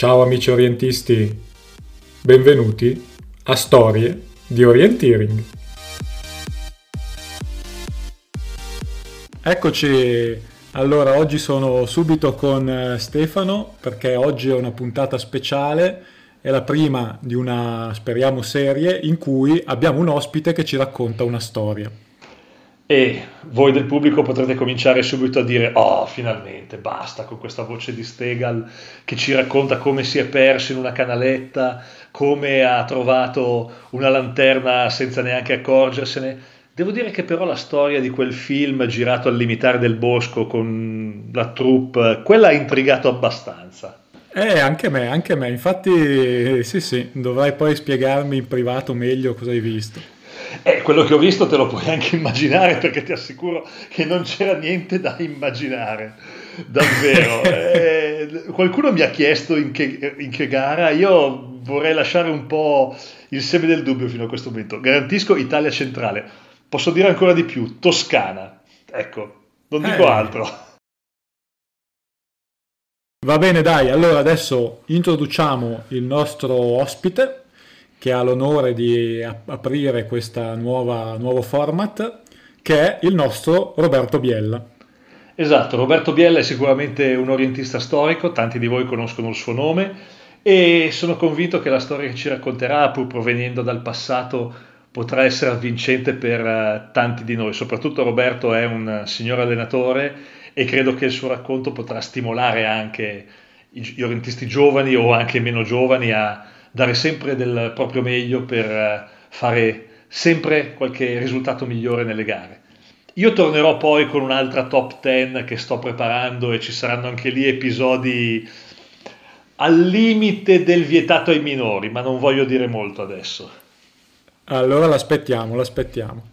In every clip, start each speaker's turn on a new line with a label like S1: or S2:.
S1: Ciao amici orientisti, benvenuti a Storie di Orienteering. Eccoci, allora oggi sono subito con Stefano perché oggi è una puntata speciale, è la prima di una, speriamo, serie in cui abbiamo un ospite che ci racconta una storia.
S2: E voi del pubblico potrete cominciare subito a dire: Oh, finalmente, basta con questa voce di Stegal che ci racconta come si è perso in una canaletta, come ha trovato una lanterna senza neanche accorgersene. Devo dire che però la storia di quel film girato al limitare del bosco con la troupe, quella ha intrigato abbastanza.
S1: Anche me, infatti sì sì, dovrai poi spiegarmi in privato meglio cosa hai visto.
S2: Quello che ho visto te lo puoi anche immaginare perché ti assicuro che non c'era niente da immaginare, davvero. Qualcuno mi ha chiesto in che gara, io vorrei lasciare un po' il seme del dubbio fino a questo momento. Garantisco Italia centrale, posso dire ancora di più, Toscana. Ecco, non dico
S1: Eh,
S2: altro.
S1: Va bene, dai, allora adesso introduciamo il nostro ospite che ha l'onore di aprire questa nuovo format, che è il nostro Roberto Biella.
S2: Esatto, Roberto Biella è sicuramente un orientista storico, tanti di voi conoscono il suo nome e sono convinto che la storia che ci racconterà, pur provenendo dal passato, potrà essere avvincente per tanti di noi. Soprattutto Roberto è un signor allenatore e credo che il suo racconto potrà stimolare anche gli orientisti giovani o anche meno giovani a dare sempre del proprio meglio per fare sempre qualche risultato migliore nelle gare. Io tornerò poi con un'altra top 10 che sto preparando e ci saranno anche lì episodi al limite del vietato ai minori, ma non voglio dire molto adesso.
S1: Allora l'aspettiamo, l'aspettiamo.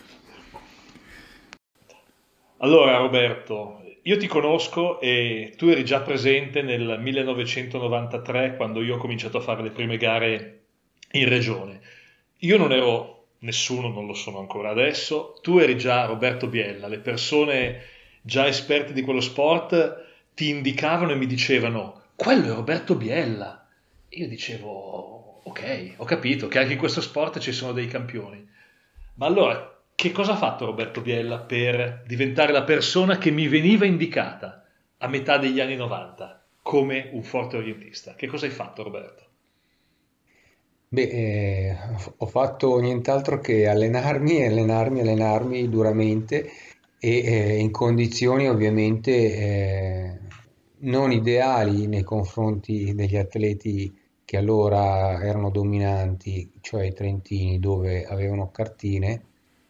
S2: Allora, Roberto, io ti conosco e tu eri già presente nel 1993 quando io ho cominciato a fare le prime gare in regione. Io non ero nessuno, non lo sono ancora adesso. Tu eri già Roberto Biella. Le persone già esperte di quello sport ti indicavano e mi dicevano: Quello è Roberto Biella. E io dicevo: Ok, ho capito che anche in questo sport ci sono dei campioni. Ma allora, che cosa ha fatto Roberto Biella per diventare la persona che mi veniva indicata a metà degli anni 90 come un forte orientista? Che cosa hai fatto, Roberto?
S3: Ho fatto nient'altro che allenarmi duramente in condizioni ovviamente non ideali nei confronti degli atleti che allora erano dominanti, cioè i trentini, dove avevano cartine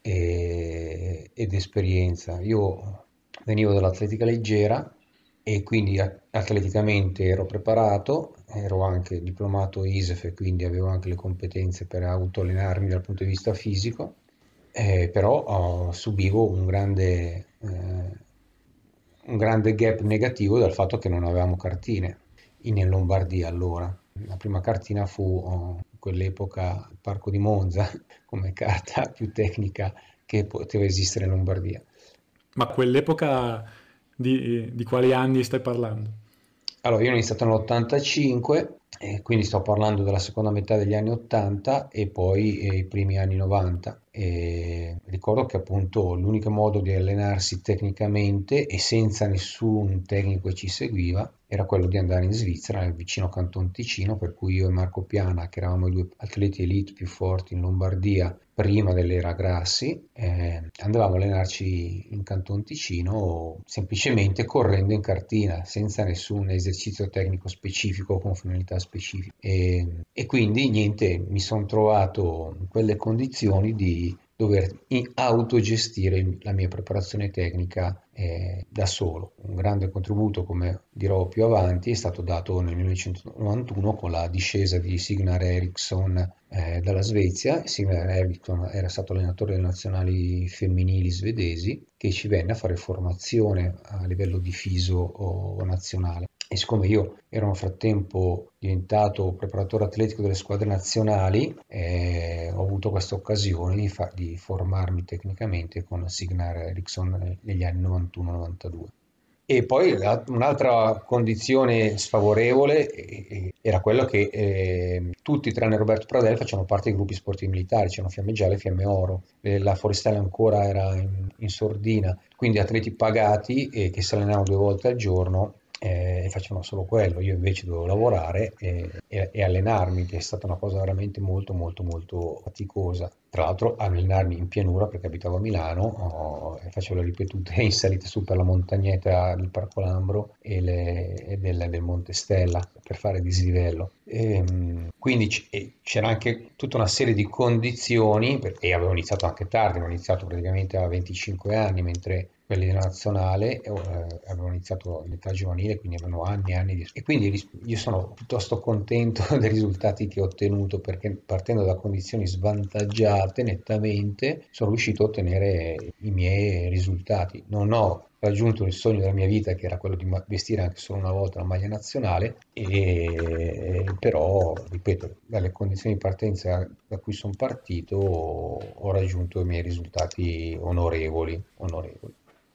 S3: ed esperienza. Io venivo dall'atletica leggera e quindi atleticamente ero preparato, ero anche diplomato ISEF e quindi avevo anche le competenze per autoallenarmi dal punto di vista fisico, però subivo un grande gap negativo dal fatto che non avevamo cartine in Lombardia allora. La prima cartina fu in quell'epoca il Parco di Monza come carta più tecnica che poteva esistere in Lombardia.
S1: Ma a quell'epoca di quali anni stai parlando?
S3: Allora, io ho iniziato nell'85, quindi sto parlando della seconda metà degli anni 80 e poi i primi anni 90. E ricordo che appunto l'unico modo di allenarsi tecnicamente e senza nessun tecnico che ci seguiva era quello di andare in Svizzera, nel vicino Canton Ticino, per cui io e Marco Piana, che eravamo i due atleti elite più forti in Lombardia prima dell'era Grassi, andavamo a allenarci in Canton Ticino semplicemente correndo in cartina, senza nessun esercizio tecnico specifico con finalità specifiche. E quindi niente, mi sono trovato in quelle condizioni di dover autogestire la mia preparazione tecnica da solo. Un grande contributo, come dirò più avanti, è stato dato nel 1991 con la discesa di Signar Eriksson dalla Svezia. Signar Eriksson era stato allenatore delle nazionali femminili svedesi che ci venne a fare formazione a livello di FISO o nazionale. E siccome io ero nel frattempo diventato preparatore atletico delle squadre nazionali, ho avuto questa occasione di formarmi tecnicamente con Signar Eriksson negli anni 91-92. E poi un'altra condizione sfavorevole era quello che tutti tranne Roberto Pradel facevano parte dei gruppi sportivi militari, c'erano Fiamme Gialle e Fiamme Oro, la Forestale ancora era in sordina, quindi atleti pagati che si allenavano 2 volte al giorno e facevano solo quello. Io invece dovevo lavorare e allenarmi, che è stata una cosa veramente molto molto molto faticosa. Tra l'altro allenarmi in pianura perché abitavo a Milano, e facevo le ripetute in salita su per la montagnetta del Parco Lambro del Monte Stella per fare dislivello. Quindi c'era anche tutta una serie di condizioni, e avevo iniziato anche tardi, avevo iniziato praticamente a 25 anni, mentre quelli della nazionale avevano iniziato all'età giovanile, quindi avevano anni e anni di... E quindi io sono piuttosto contento dei risultati che ho ottenuto, perché partendo da condizioni svantaggiate nettamente sono riuscito a ottenere i miei risultati. Non ho raggiunto il sogno della mia vita, che era quello di vestire anche solo una volta la maglia nazionale, però, ripeto, dalle condizioni di partenza da cui sono partito ho raggiunto i miei risultati onorevoli, onorevoli.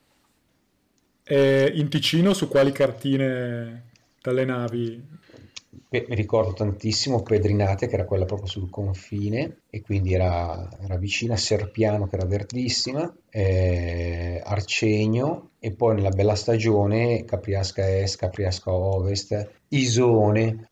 S1: E in Ticino su quali cartine t'allenavi?
S3: Mi ricordo tantissimo Pedrinate, che era quella proprio sul confine, e quindi era vicina, Serpiano, che era verdissima, Arcegno, e poi nella bella stagione Capriasca Est, Capriasca Ovest, Isone,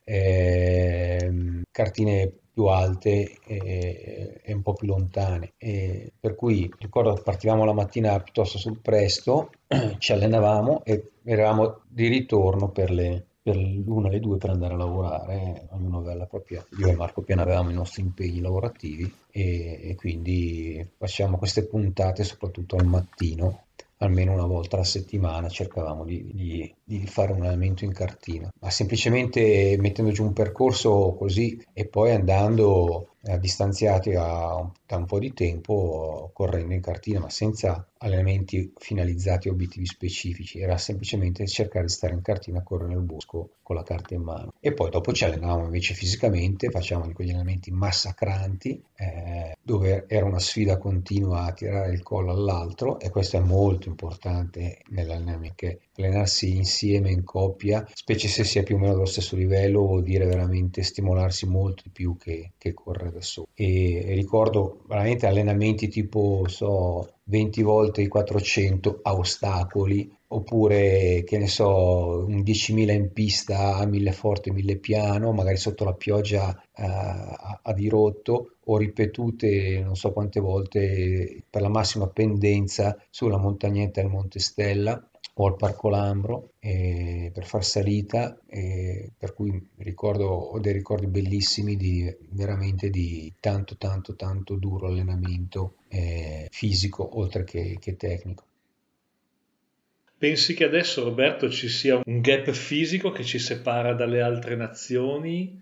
S3: cartine più alte e un po' più lontane. Per cui ricordo che partivamo la mattina piuttosto sul presto, ci allenavamo e eravamo di ritorno per l'una e le due per andare a lavorare, ognuno aveva la propria, io e Marco Piana avevamo i nostri impegni lavorativi e quindi facevamo queste puntate soprattutto al mattino, almeno una volta alla settimana cercavamo di fare un allenamento in cartina, ma semplicemente mettendo giù un percorso così e poi andando distanziati da un po' di tempo correndo in cartina, ma senza allenamenti finalizzati a obiettivi specifici, era semplicemente cercare di stare in cartina a correre nel bosco con la carta in mano. E poi dopo ci allenavamo invece fisicamente, facevamo di quegli allenamenti massacranti, dove era una sfida continua a tirare il collo all'altro, e questo è molto importante nell'allenamento, che allenarsi insieme in coppia, specie se si è più o meno dello stesso livello, vuol dire veramente stimolarsi molto di più che correre da solo. E ricordo veramente allenamenti tipo, so, 20 volte i 400 a ostacoli, oppure che ne so, un 10.000 in pista a 1000 forte, 1000 piano, magari sotto la pioggia a dirotto, o ripetute non so quante volte per la massima pendenza sulla montagnetta del Monte Stella o al Parco Lambro per far salita, per cui ho dei ricordi bellissimi veramente di tanto tanto tanto duro allenamento fisico oltre che tecnico.
S2: Pensi che adesso, Roberto, ci sia un gap fisico che ci separa dalle altre nazioni,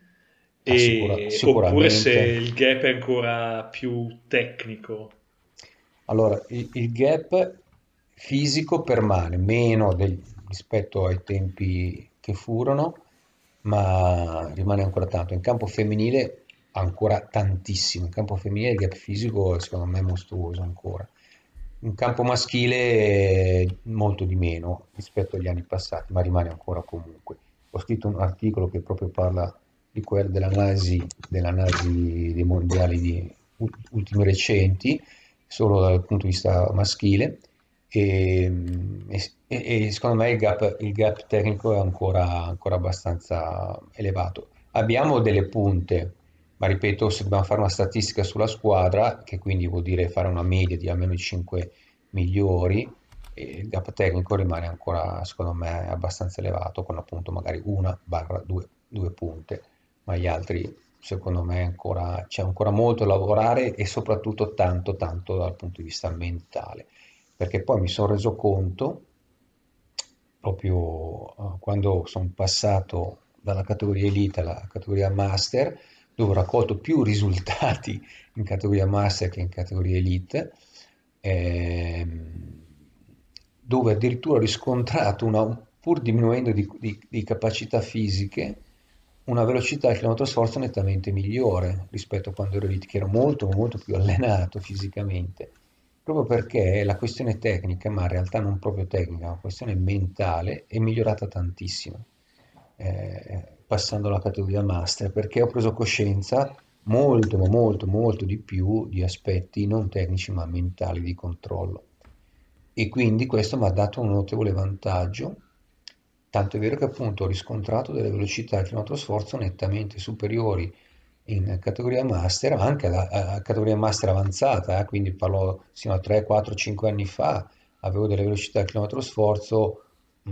S2: oppure se
S3: Sicuramente.
S2: il gap è ancora più tecnico?
S3: Allora, il gap fisico permane rispetto ai tempi che furono, ma rimane ancora tanto. In campo femminile ancora tantissimo. In campo femminile il gap fisico secondo me è mostruoso ancora. In campo maschile molto di meno rispetto agli anni passati, ma rimane ancora comunque. Ho scritto un articolo che proprio parla dell'analisi dei mondiali ultimi recenti, solo dal punto di vista maschile, e, e secondo me il gap tecnico è ancora abbastanza elevato. Abbiamo delle punte, ma ripeto, se dobbiamo fare una statistica sulla squadra, che quindi vuol dire fare una media di almeno i 5 migliori, il gap tecnico rimane ancora, secondo me, abbastanza elevato, con appunto magari una barra due punte, ma gli altri, secondo me, c'è ancora molto da lavorare, e soprattutto tanto, tanto dal punto di vista mentale, perché poi mi sono reso conto, proprio quando sono passato dalla categoria Elite alla categoria Master, dove ho raccolto più risultati in categoria Master che in categoria Elite, ehm, dove addirittura ho riscontrato, pur diminuendo di capacità fisiche, una velocità al chilometro sforzo nettamente migliore rispetto a quando ero Elite, che ero molto molto più allenato fisicamente. proprio perché la questione tecnica, ma in realtà non proprio tecnica, ma questione mentale, è migliorata tantissimo, passando alla categoria master, perché ho preso coscienza molto, ma molto, molto di più di aspetti non tecnici, ma mentali di controllo. E quindi questo mi ha dato un notevole vantaggio, tanto è vero che appunto ho riscontrato delle velocità al chilometro sforzo nettamente superiori in categoria master, ma anche a categoria master avanzata, quindi parlo sino a 3, 4, 5 anni fa, avevo delle velocità al chilometro sforzo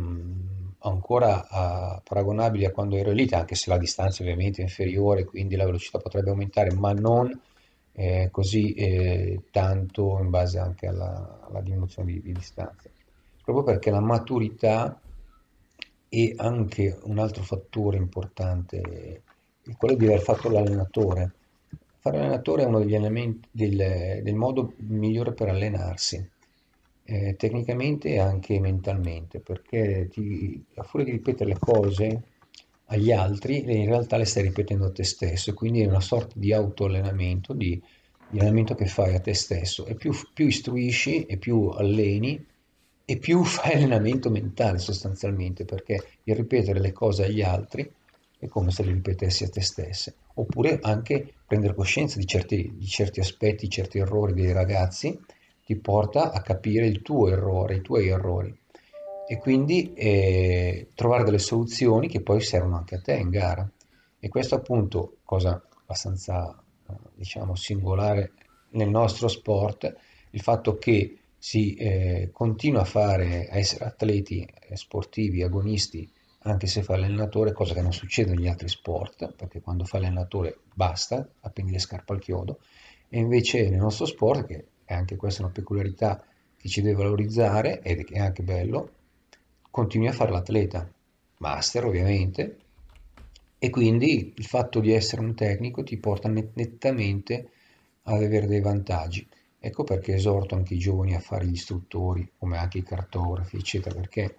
S3: ancora paragonabili a quando ero elite, anche se la distanza ovviamente è inferiore, quindi la velocità potrebbe aumentare, ma non così tanto in base anche alla diminuzione di distanza. Proprio perché la maturità è anche un altro fattore importante, è quello di aver fatto l'allenatore. Fare l'allenatore è uno degli elementi del modo migliore per allenarsi, tecnicamente e anche mentalmente, perché a furia di ripetere le cose agli altri, in realtà le stai ripetendo a te stesso, quindi è una sorta di autoallenamento, di allenamento che fai a te stesso. E più istruisci e più alleni e più fai allenamento mentale sostanzialmente, perché il ripetere le cose agli altri è come se le ripetessi a te stesse. Oppure anche prendere coscienza di certi aspetti, certi errori dei ragazzi, ti porta a capire il tuo errore, i tuoi errori. E quindi trovare delle soluzioni che poi servono anche a te in gara. E questo appunto, cosa abbastanza diciamo singolare nel nostro sport, il fatto che si continua a essere atleti sportivi, agonisti, anche se fa l'allenatore, cosa che non succede negli altri sport, perché quando fa l'allenatore basta, appendi le scarpe al chiodo, e invece nel nostro sport, che è anche questa una peculiarità che ci deve valorizzare ed è anche bello, continui a fare l'atleta, master ovviamente, e quindi il fatto di essere un tecnico ti porta nettamente ad avere dei vantaggi. Ecco perché esorto anche i giovani a fare gli istruttori, come anche i cartografi, eccetera, perché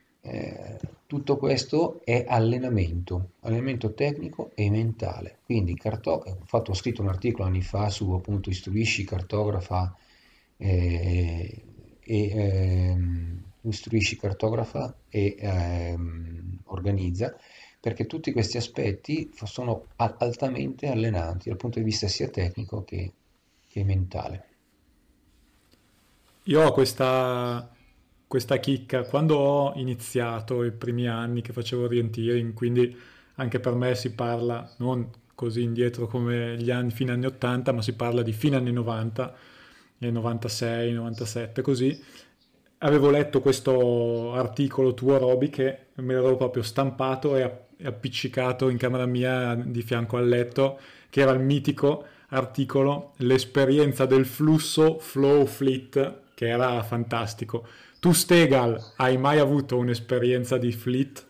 S3: tutto questo è allenamento, allenamento tecnico e mentale. Quindi ho scritto un articolo anni fa su appunto istruisci, cartografa istruisci, cartografa e organizza, perché tutti questi aspetti sono altamente allenanti dal punto di vista sia tecnico che mentale.
S1: Io ho questa chicca, quando ho iniziato i primi anni che facevo orienteering, quindi anche per me si parla non così indietro come gli anni fino agli anni 80, ma si parla di fine anni 90, nel 96, 97, così. Avevo letto questo articolo tuo, Roby, che me l'avevo proprio stampato e appiccicato in camera mia di fianco al letto, che era il mitico articolo L'esperienza del flusso Flow Fleet, che era fantastico. Tu, Stegal, hai mai avuto un'esperienza di fleet?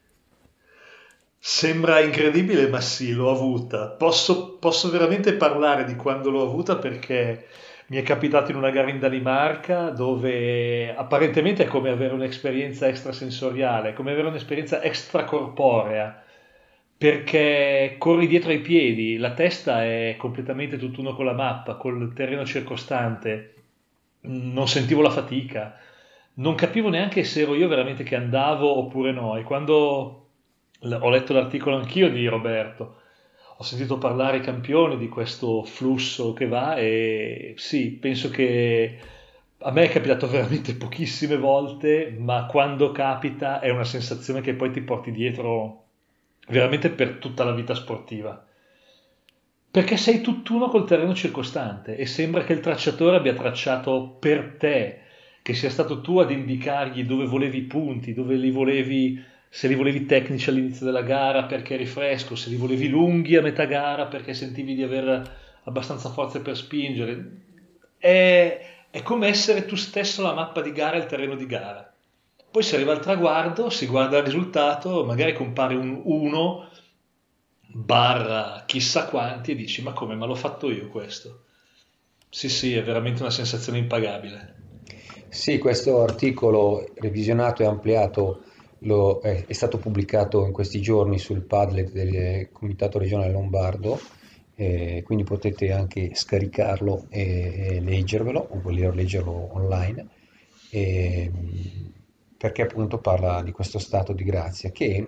S2: Sembra incredibile, ma sì, l'ho avuta. Posso veramente parlare di quando l'ho avuta perché mi è capitato in una gara in Danimarca dove apparentemente è come avere un'esperienza extrasensoriale, come avere un'esperienza extracorporea, perché corri dietro ai piedi, la testa è completamente tutt'uno con la mappa, col terreno circostante, non sentivo la fatica, non capivo neanche se ero io veramente che andavo oppure no. E quando ho letto l'articolo anch'io di Roberto, ho sentito parlare i campioni di questo flusso che va e sì, penso che a me è capitato veramente pochissime volte, ma quando capita è una sensazione che poi ti porti dietro veramente per tutta la vita sportiva. Perché sei tutt'uno col terreno circostante e sembra che il tracciatore abbia tracciato per te, che sia stato tu ad indicargli dove volevi i punti, dove li volevi, se li volevi tecnici all'inizio della gara perché eri fresco, se li volevi lunghi a metà gara perché sentivi di avere abbastanza forze per spingere. È come essere tu stesso la mappa di gara e il terreno di gara. Poi si arriva al traguardo, si guarda il risultato, magari compare un 1 barra chissà quanti e dici ma come, ma l'ho fatto io questo? Sì, sì, è veramente una sensazione impagabile.
S3: Sì, questo articolo revisionato e ampliato è stato pubblicato in questi giorni sul Padlet del Comitato Regionale Lombardo quindi potete anche scaricarlo e leggervelo o voler leggerlo online, e, perché appunto parla di questo stato di grazia che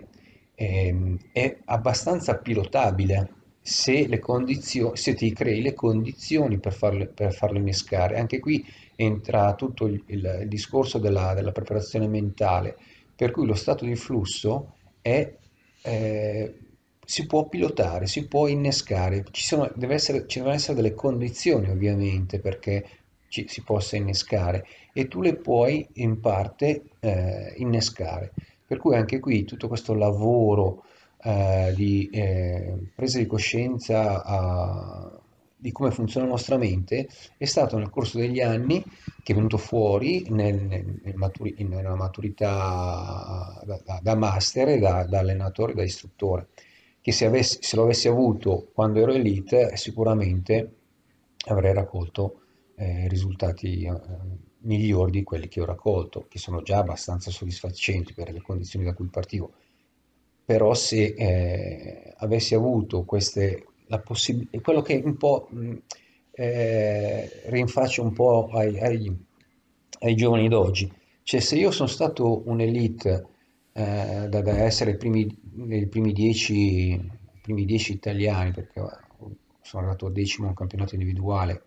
S3: è abbastanza pilotabile se ti crei le condizioni per farlo innescare. Anche qui entra tutto il discorso della preparazione mentale, per cui lo stato di flusso è, eh, si può pilotare, si può innescare, ci devono essere delle condizioni ovviamente perché si possa innescare e tu le puoi in parte innescare. Per cui anche qui tutto questo lavoro di presa di coscienza di come funziona la nostra mente è stato nel corso degli anni che è venuto fuori nella maturità da master e da allenatore, da istruttore, che se lo avessi avuto quando ero elite sicuramente avrei raccolto risultati migliori di quelli che ho raccolto, che sono già abbastanza soddisfacenti per le condizioni da cui partivo. Però se avessi avuto la possibilità, quello che un po' rinfaccio un po' ai giovani d'oggi, cioè se io sono stato un'elite da essere nei primi 10 italiani, perché sono arrivato decimo a un campionato individuale,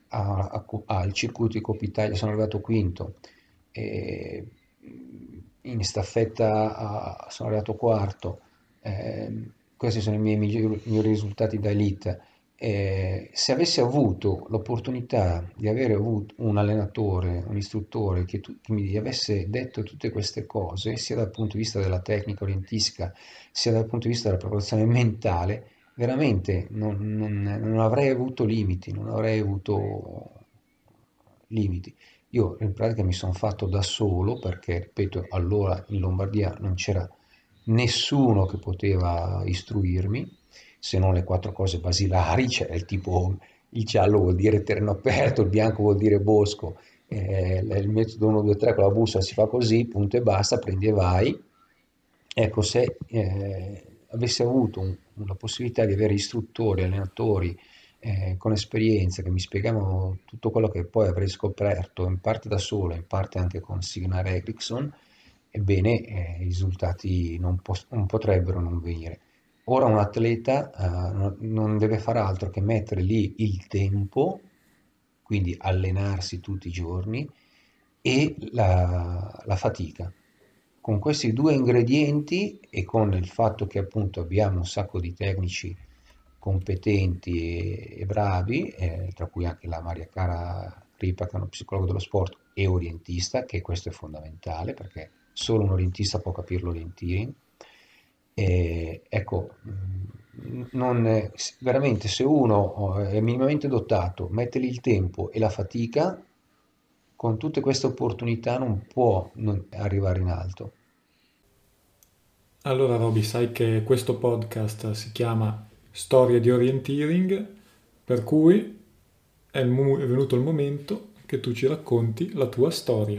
S3: al circuito di Coppa Italia sono arrivato quinto, e in staffetta sono arrivato quarto, questi sono i miei migliori risultati da elite. Se avessi avuto l'opportunità di avere avuto un allenatore, un istruttore che mi avesse detto tutte queste cose, sia dal punto di vista della tecnica orientistica, sia dal punto di vista della preparazione mentale, veramente non avrei avuto limiti, non avrei avuto limiti. Io in pratica mi sono fatto da solo perché, ripeto, allora in Lombardia non c'era nessuno che poteva istruirmi, se non le quattro cose basilari, cioè il tipo il giallo vuol dire terreno aperto, il bianco vuol dire bosco, il metodo 1, 2, 3 con la bussola si fa così, punto e basta, prendi e vai. Ecco, se avessi avuto la possibilità di avere istruttori, allenatori con esperienza che mi spiegavano tutto quello che poi avrei scoperto, in parte da solo, in parte anche con Signar Eriksson, ebbene i risultati non potrebbero non venire. Ora un atleta non deve fare altro che mettere lì il tempo, quindi allenarsi tutti i giorni, e la fatica. Con questi due ingredienti e con il fatto che appunto abbiamo un sacco di tecnici competenti e bravi, tra cui anche la Maria Cara Ripa, che è uno psicologo dello sport e orientista, che questo è fondamentale perché solo un orientista può capire l'orienteering. E, ecco, veramente se uno è minimamente dotato, mette lì il tempo e la fatica, con tutte queste opportunità non può non arrivare in alto.
S1: Allora, Roby, sai che questo podcast si chiama Storie di Orienteering, per cui è venuto il momento che tu ci racconti la tua storia.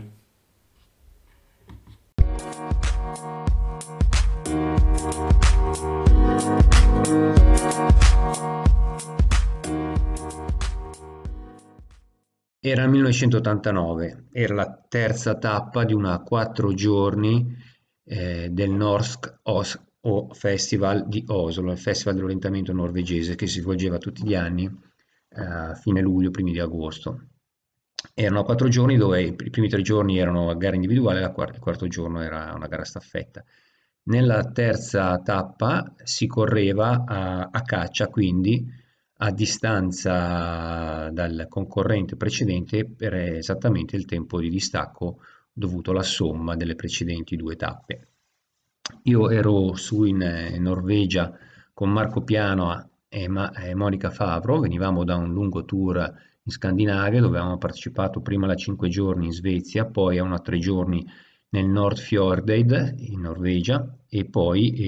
S3: Era il 1989, era la terza tappa di una 4 giorni del Festival di Oslo, il Festival dell'orientamento norvegese che si svolgeva tutti gli anni a fine luglio, primi di agosto. Erano 4 giorni dove i primi 3 giorni erano gare individuali, il quarto giorno era una gara a staffetta. Nella terza tappa si correva a caccia, quindi a distanza dal concorrente precedente per esattamente il tempo di distacco dovuto alla somma delle precedenti due tappe. Io ero su in Norvegia con Marco Piano e Monica Favro, venivamo da un lungo tour in Scandinavia dove avevamo partecipato prima a 5 giorni in Svezia, poi a una 3 giorni nel Nordfjordeid in Norvegia e poi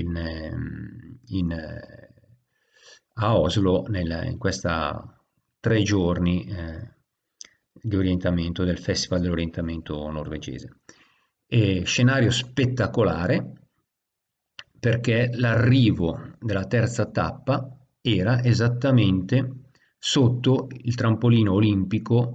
S3: a Oslo in questa 3 giorni di orientamento del Festival dell'orientamento norvegese. E scenario spettacolare perché l'arrivo della terza tappa era esattamente sotto il trampolino olimpico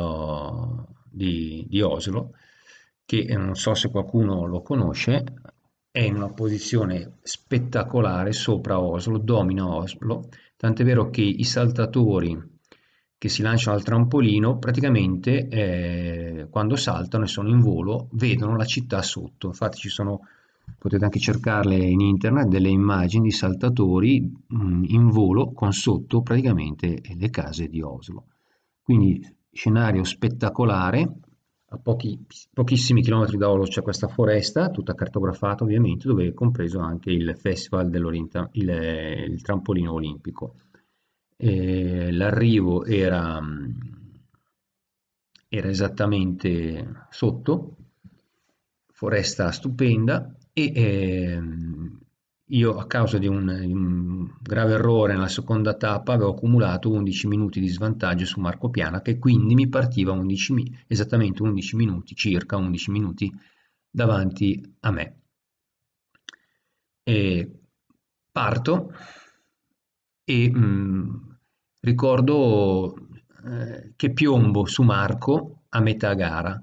S3: di Oslo, che non so se qualcuno lo conosce, è in una posizione spettacolare sopra Oslo, domina Oslo, tant'è vero che i saltatori che si lanciano al trampolino praticamente quando saltano e sono in volo vedono la città sotto. Infatti ci sono, potete anche cercarle in internet, delle immagini di saltatori in volo con sotto praticamente le case di Oslo. Quindi scenario spettacolare. A pochissimi chilometri da Oslo c'è questa foresta, tutta cartografata ovviamente, dove è compreso anche il Festival il trampolino olimpico. L'arrivo era esattamente sotto, foresta stupenda, e io a causa di un grave errore nella seconda tappa avevo accumulato 11 minuti di svantaggio su Marco Piana, che quindi mi partiva esattamente 11 minuti, circa 11 minuti davanti a me. E parto e ricordo che piombo su Marco a metà gara,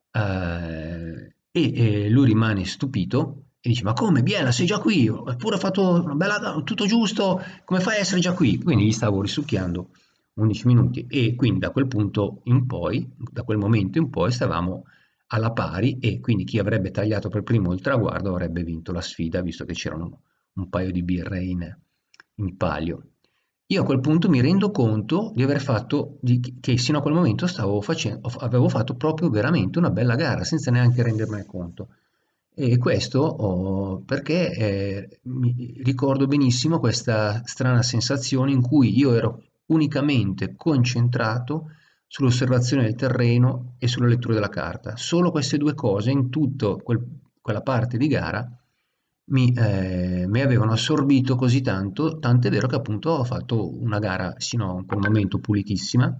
S3: e lui rimane stupito e dice: ma come, Biela, sei già qui? Ho pure fatto una bella gara, tutto giusto, come fai a essere già qui? Quindi gli stavo risucchiando 11 minuti, e quindi da quel punto in poi, da quel momento in poi stavamo alla pari, e quindi chi avrebbe tagliato per primo il traguardo avrebbe vinto la sfida, visto che c'erano un paio di birre in palio. Io a quel punto mi rendo conto di aver fatto, che sino a quel momento avevo fatto proprio veramente una bella gara, senza neanche rendermene conto. E questo perché ricordo benissimo questa strana sensazione in cui io ero unicamente concentrato sull'osservazione del terreno e sulla lettura della carta. Solo queste due cose in tutta quella parte di gara mi avevano assorbito così tanto, tant'è vero che appunto ho fatto una gara sino a quel momento pulitissima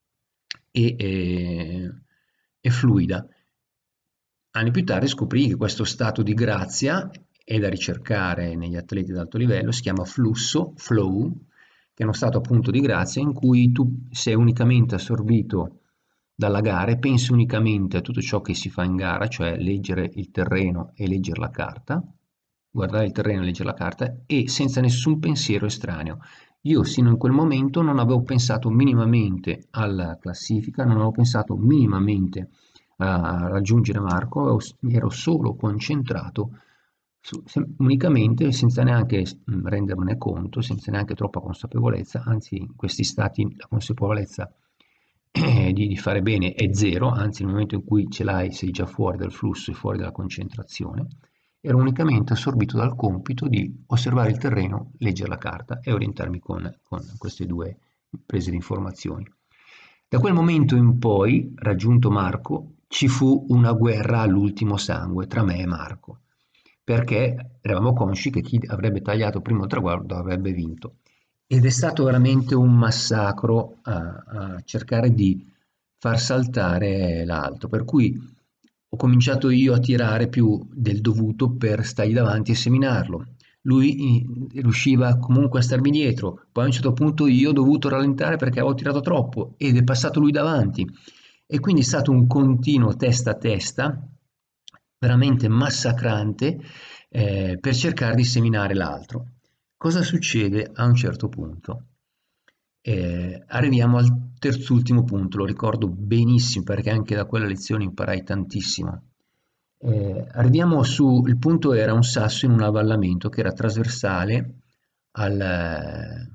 S3: e fluida. Anni più tardi scoprì che questo stato di grazia è da ricercare negli atleti di alto livello, si chiama flusso, flow, che è uno stato appunto di grazia in cui tu sei unicamente assorbito dalla gara e pensi unicamente a tutto ciò che si fa in gara, cioè leggere il terreno e leggere la carta, guardare il terreno e leggere la carta, e senza nessun pensiero estraneo. Io sino in quel momento non avevo pensato minimamente alla classifica, non avevo pensato minimamente a raggiungere Marco, ero solo concentrato unicamente, senza neanche rendermene conto, senza neanche troppa consapevolezza, anzi in questi stati la consapevolezza di fare bene è zero, anzi nel momento in cui ce l'hai sei già fuori dal flusso e fuori dalla concentrazione. Ero unicamente assorbito dal compito di osservare il terreno, leggere la carta e orientarmi con queste due prese di informazioni. Da quel momento in poi, raggiunto Marco, ci fu una guerra all'ultimo sangue tra me e Marco, perché eravamo consci che chi avrebbe tagliato prima il traguardo avrebbe vinto. Ed è stato veramente un massacro a cercare di far saltare l'altro, per cui ho cominciato io a tirare più del dovuto per stargli davanti e seminarlo. Lui riusciva comunque a starmi dietro, poi a un certo punto io ho dovuto rallentare perché avevo tirato troppo ed è passato lui davanti, e quindi è stato un continuo testa a testa veramente massacrante per cercare di seminare l'altro. Cosa succede a un certo punto? Arriviamo al terzultimo punto, lo ricordo benissimo perché anche da quella lezione imparai tantissimo. Arriviamo il punto era un sasso in un avvallamento che era trasversale alla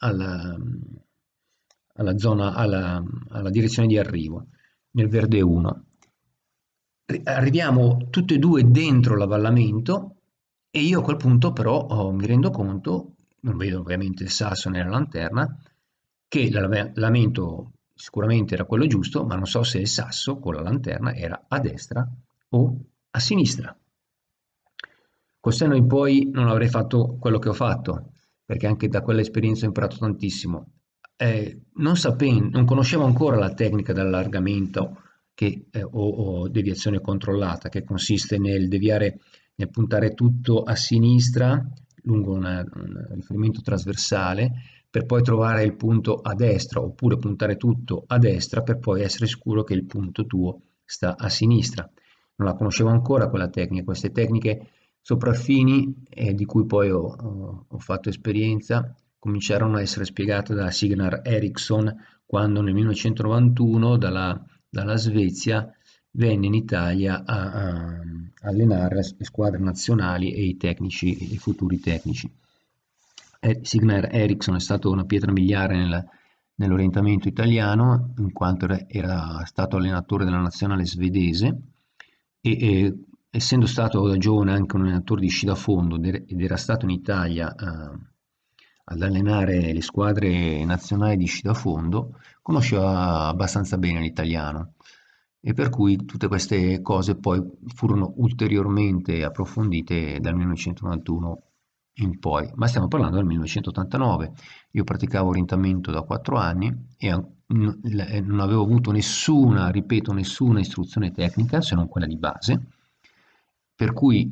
S3: zona, alla direzione di arrivo, nel verde 1. Arriviamo tutti e due dentro l'avvallamento e io a quel punto però mi rendo conto, non vedo ovviamente il sasso nella lanterna, che l'avvallamento sicuramente era quello giusto, ma non so se il sasso con la lanterna era a destra o a sinistra. Col senno in poi non avrei fatto quello che ho fatto, perché anche da quell'esperienza ho imparato tantissimo. Non conoscevo ancora la tecnica dell'allargamento o deviazione controllata, che consiste nel puntare tutto a sinistra lungo un riferimento trasversale per poi trovare il punto a destra, oppure puntare tutto a destra per poi essere sicuro che il punto tuo sta a sinistra. Non la conoscevo ancora quella tecnica, queste tecniche sopraffini di cui poi ho fatto esperienza cominciarono a essere spiegate da Signar Eriksson quando nel 1991 dalla Svezia venne in Italia a allenare le squadre nazionali e i futuri tecnici. Signar Eriksson è stato una pietra miliare nell'orientamento italiano, in quanto era stato allenatore della nazionale svedese e essendo stato da giovane anche un allenatore di sci da fondo ed era stato in Italia ad allenare le squadre nazionali di sci da fondo, conosceva abbastanza bene l'italiano e per cui tutte queste cose poi furono ulteriormente approfondite dal 1991 in poi, ma stiamo parlando del 1989. Io praticavo orientamento da 4 anni e non avevo avuto nessuna istruzione tecnica se non quella di base, per cui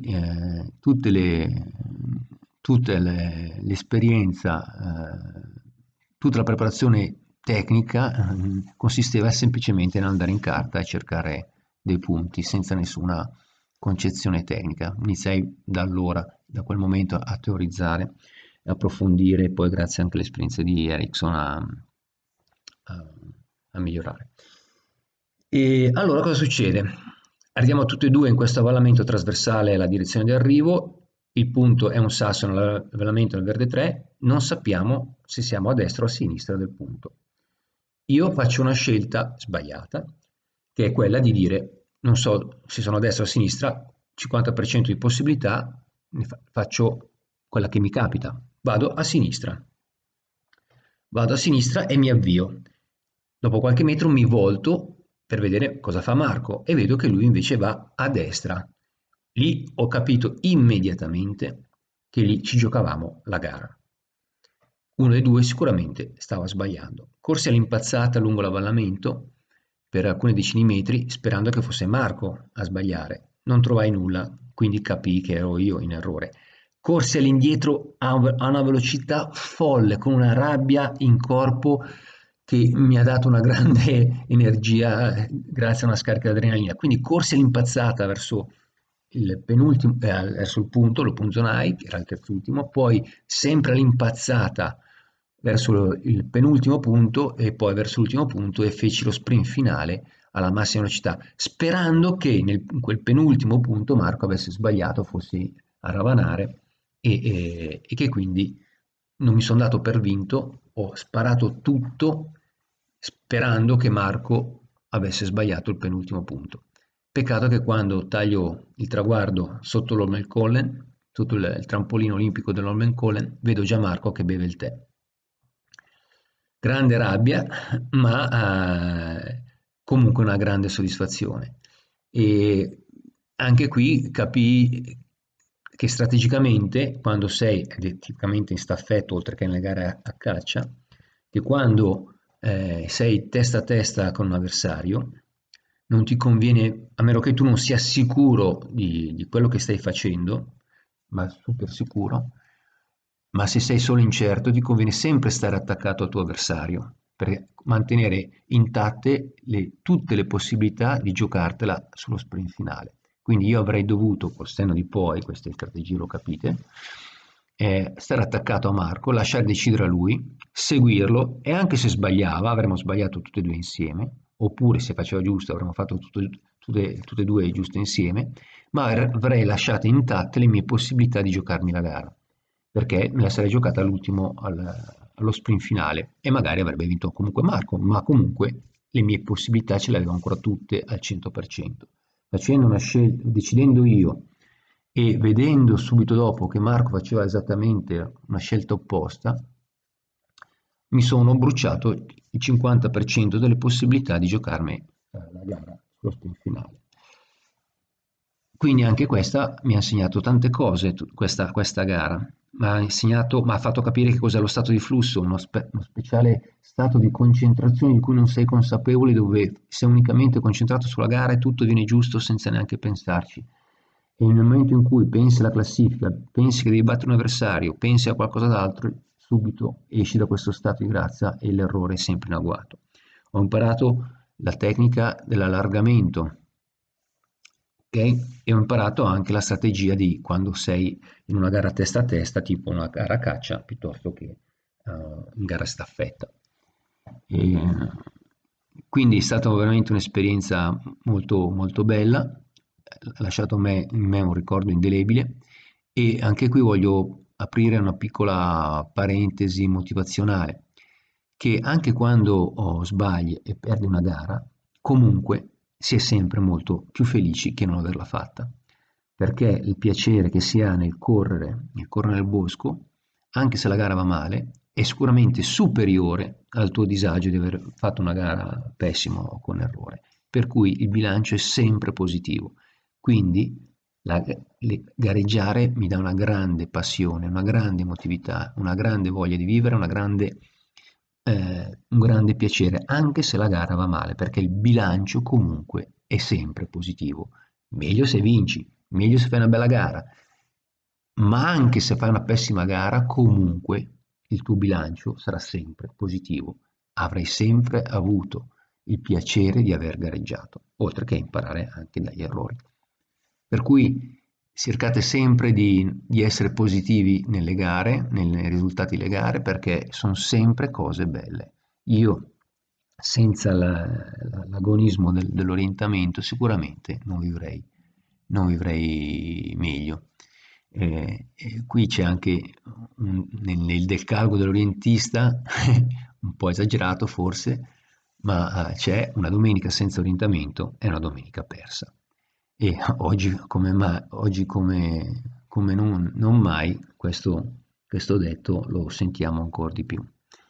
S3: l'esperienza, tutta la preparazione tecnica consisteva semplicemente nell'andare in carta e cercare dei punti senza nessuna concezione tecnica. Iniziai da quel momento a teorizzare, approfondire e poi grazie anche all'esperienza di Eriksson a migliorare. E allora cosa succede? Arriviamo tutti e due in questo avvallamento trasversale alla direzione di arrivo, il punto è un sasso nell'avvallamento del verde 3, non sappiamo se siamo a destra o a sinistra del punto. Io faccio una scelta sbagliata, che è quella di dire, non so se sono a destra o a sinistra, 50% di possibilità, faccio quella che mi capita, vado a sinistra e mi avvio. Dopo qualche metro mi volto per vedere cosa fa Marco e vedo che lui invece va a destra. Lì ho capito immediatamente che lì ci giocavamo la gara. Uno dei due sicuramente stava sbagliando. Corsi all'impazzata lungo l'avvallamento per alcune decine di metri sperando che fosse Marco a sbagliare. Non trovai nulla, quindi capii che ero io in errore. Corsi all'indietro a una velocità folle, con una rabbia in corpo che mi ha dato una grande energia grazie a una scarica di adrenalina. Quindi corsi all'impazzata verso il penultimo, verso il punto, lo punzonai, che era il terzultimo, poi sempre all'impazzata verso il penultimo punto e poi verso l'ultimo punto e feci lo sprint finale alla massima velocità, sperando che in quel penultimo punto Marco avesse sbagliato, fossi a ravanare e che quindi non mi sono dato per vinto, ho sparato tutto sperando che Marco avesse sbagliato il penultimo punto. Peccato che quando taglio il traguardo sotto l'Holmenkollen, sotto il trampolino olimpico dell'Holmenkollen, vedo già Marco che beve il tè. Grande rabbia, ma comunque una grande soddisfazione. E anche qui capii che strategicamente, quando sei, ed è tipicamente in staffetto oltre che nelle gare a caccia, che quando sei testa a testa con un avversario, non ti conviene, a meno che tu non sia sicuro di quello che stai facendo, ma super sicuro, ma se sei solo incerto ti conviene sempre stare attaccato al tuo avversario per mantenere intatte tutte le possibilità di giocartela sullo sprint finale. Quindi io avrei dovuto, col senno di poi, queste strategie lo capite, stare attaccato a Marco, lasciare decidere a lui, seguirlo e anche se sbagliava, avremmo sbagliato tutte e due insieme, oppure se faceva giusto avremmo fatto tutte e due giuste insieme, ma avrei lasciato intatte le mie possibilità di giocarmi la gara, perché me la sarei giocata allo sprint finale e magari avrebbe vinto comunque Marco, ma comunque le mie possibilità ce le avevo ancora tutte al 100%. Facendo una scelta, decidendo io e vedendo subito dopo che Marco faceva esattamente una scelta opposta, mi sono bruciato il 50% delle possibilità di giocarmi la gara sullo sprint finale. Quindi anche questa mi ha insegnato tante cose, questa gara. Mi ha fatto capire che cos'è lo stato di flusso, uno speciale stato di concentrazione di cui non sei consapevole, dove sei unicamente concentrato sulla gara e tutto viene giusto senza neanche pensarci. E nel momento in cui pensi alla classifica, pensi che devi battere un avversario, pensi a qualcosa d'altro, subito esci da questo stato di grazia e l'errore è sempre in agguato. Ho imparato la tecnica dell'allargamento, ok? E ho imparato anche la strategia di quando sei in una gara testa a testa, tipo una gara a caccia, piuttosto che in gara a staffetta. E, quindi è stata veramente un'esperienza molto, molto bella, ha lasciato in me un ricordo indelebile e anche qui voglio aprire una piccola parentesi motivazionale, che anche quando sbagli e perdi una gara, comunque si è sempre molto più felici che non averla fatta, perché il piacere che si ha nel correre nel bosco, anche se la gara va male, è sicuramente superiore al tuo disagio di aver fatto una gara pessima o con errore, per cui il bilancio è sempre positivo. Quindi gareggiare mi dà una grande passione, una grande emotività, una grande voglia di vivere, un grande piacere, anche se la gara va male, perché il bilancio comunque è sempre positivo. Meglio se vinci, meglio se fai una bella gara, ma anche se fai una pessima gara, comunque il tuo bilancio sarà sempre positivo. Avrai sempre avuto il piacere di aver gareggiato, oltre che imparare anche dagli errori. Per cui cercate sempre di essere positivi nelle gare, nei risultati delle gare, perché sono sempre cose belle. Io, senza l'agonismo dell'orientamento, sicuramente non vivrei meglio. E qui c'è anche nel decalogo dell'orientista, un po' esagerato forse, ma c'è una domenica senza orientamento è una domenica persa. E oggi come non mai questo detto lo sentiamo ancora di più.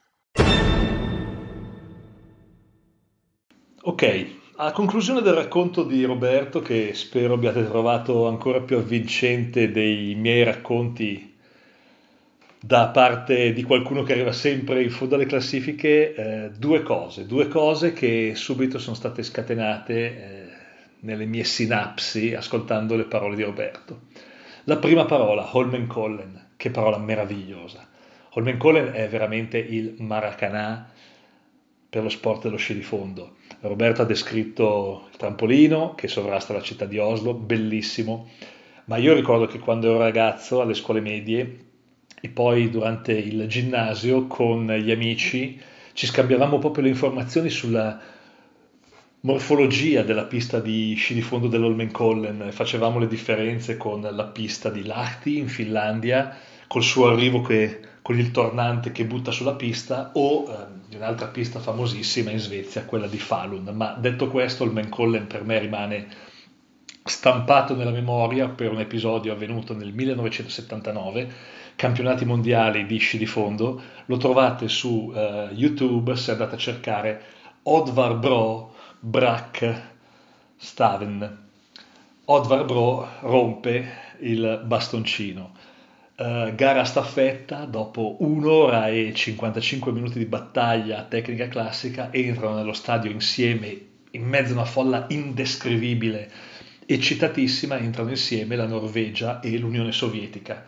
S2: Ok, a conclusione del racconto di Roberto, che spero abbiate trovato ancora più avvincente dei miei racconti da parte di qualcuno che arriva sempre in fondo alle classifiche, due cose che subito sono state scatenate nelle mie sinapsi ascoltando le parole di Roberto. La prima parola, Holmen Collen, che parola meravigliosa. Holmen Collen è veramente il Maracanã per lo sport dello sci di fondo. Roberto ha descritto il trampolino che sovrasta la città di Oslo, bellissimo, ma io ricordo che quando ero ragazzo alle scuole medie e poi durante il ginnasio con gli amici ci scambiavamo proprio le informazioni sulla morfologia della pista di sci di fondo dell'Holmenkollen, facevamo le differenze con la pista di Lahti in Finlandia, col suo arrivo con il tornante che butta sulla pista, o di un'altra pista famosissima in Svezia, quella di Falun. Ma detto questo, Holmenkollen per me rimane stampato nella memoria per un episodio avvenuto nel 1979, campionati mondiali di sci di fondo. Lo trovate su YouTube se andate a cercare Odvar Bro Brak Staven. Odvar Bro rompe il bastoncino. Gara a staffetta, dopo 1 ora e 55 minuti di battaglia tecnica classica, entrano nello stadio insieme in mezzo a una folla indescrivibile, eccitatissima, entrano insieme la Norvegia e l'Unione Sovietica.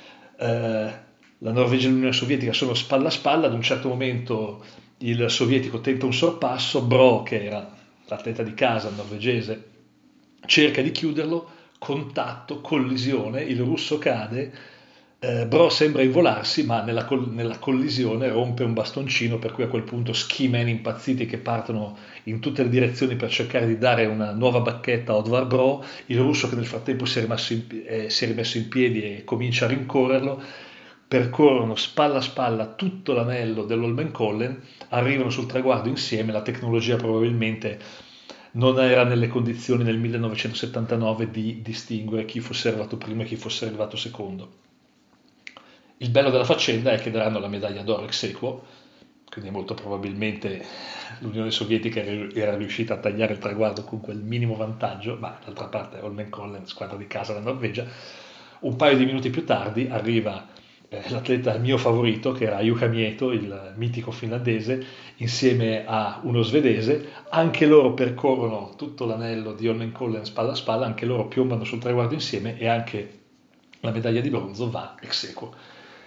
S2: La Norvegia e l'Unione Sovietica sono spalla a spalla, ad un certo momento il sovietico tenta un sorpasso, Bro, che era l'atleta di casa norvegese, cerca di chiuderlo, contatto, collisione, il russo cade, Bro sembra involarsi, ma nella collisione rompe un bastoncino, per cui a quel punto ski man impazziti che partono in tutte le direzioni per cercare di dare una nuova bacchetta a Odvar Bro, il russo che nel frattempo si è rimesso in piedi e comincia a rincorrerlo, percorrono spalla a spalla tutto l'anello dell'Holmenkollen, arrivano sul traguardo insieme, la tecnologia probabilmente non era nelle condizioni nel 1979 di distinguere chi fosse arrivato primo e chi fosse arrivato secondo. Il bello della faccenda è che daranno la medaglia d'oro ex aequo, quindi molto probabilmente l'Unione Sovietica era riuscita a tagliare il traguardo con quel minimo vantaggio, ma d'altra parte Holmenkollen, squadra di casa della Norvegia. Un paio di minuti più tardi arriva l'atleta mio favorito, che era Jukka Mieto, il mitico finlandese, insieme a uno svedese. Anche loro percorrono tutto l'anello di Holmenkollen spalla a spalla, anche loro piombano sul traguardo insieme e anche la medaglia di bronzo va ex aequo.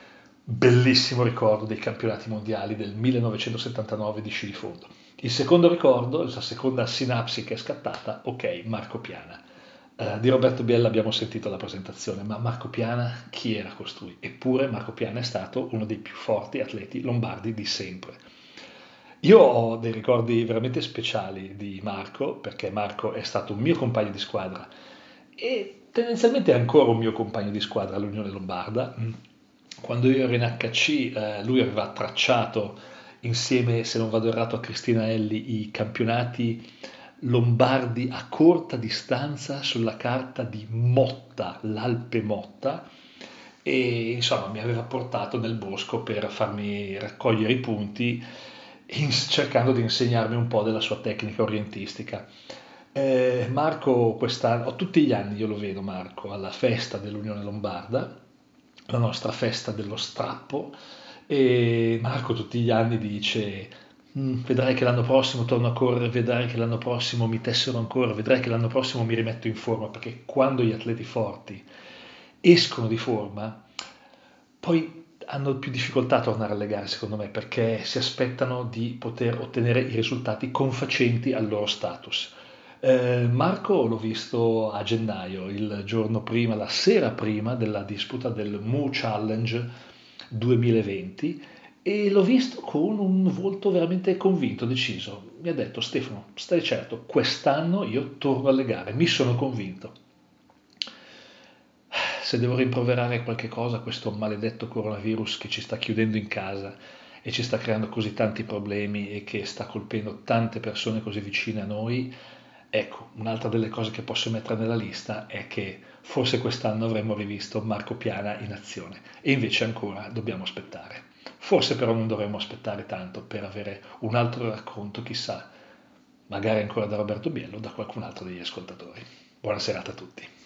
S2: bellissimo ricordo dei campionati mondiali del 1979 di sci di fondo. Il secondo ricordo, la seconda sinapsi che è scattata, ok, Marco Piana. Di Roberto Biella abbiamo sentito la presentazione, ma Marco Piana chi era costui? Eppure Marco Piana è stato uno dei più forti atleti lombardi di sempre. Io ho dei ricordi veramente speciali di Marco, perché Marco è stato un mio compagno di squadra e tendenzialmente è ancora un mio compagno di squadra all'Unione Lombarda. Quando io ero in HC, lui aveva tracciato insieme, se non vado errato, a Cristina Elli i campionati lombardi a corta distanza sulla carta di Motta, l'Alpe Motta, e insomma mi aveva portato nel bosco per farmi raccogliere i punti cercando di insegnarmi un po' della sua tecnica orientistica. Marco quest'anno, tutti gli anni io lo vedo Marco alla festa dell'Unione Lombarda, la nostra festa dello strappo, e Marco tutti gli anni dice: vedrai che l'anno prossimo torno a correre, vedrai che l'anno prossimo mi tessero ancora, vedrai che l'anno prossimo mi rimetto in forma", perché quando gli atleti forti escono di forma, poi hanno più difficoltà a tornare alle gare, secondo me, perché si aspettano di poter ottenere i risultati confacenti al loro status. Marco l'ho visto a gennaio, il giorno prima, la sera prima della disputa del Mu Challenge 2020, e l'ho visto con un volto veramente convinto, deciso. Mi ha detto: "Stefano, stai certo, quest'anno io torno alle gare, mi sono convinto". Se devo rimproverare qualche cosa, questo maledetto coronavirus che ci sta chiudendo in casa e ci sta creando così tanti problemi e che sta colpendo tante persone così vicine a noi, ecco, un'altra delle cose che posso mettere nella lista è che forse quest'anno avremmo rivisto Marco Piana in azione, e invece ancora dobbiamo aspettare. Forse però non dovremmo aspettare tanto per avere un altro racconto, chissà, magari ancora da Roberto Biello o da qualcun altro degli ascoltatori. Buona serata a tutti.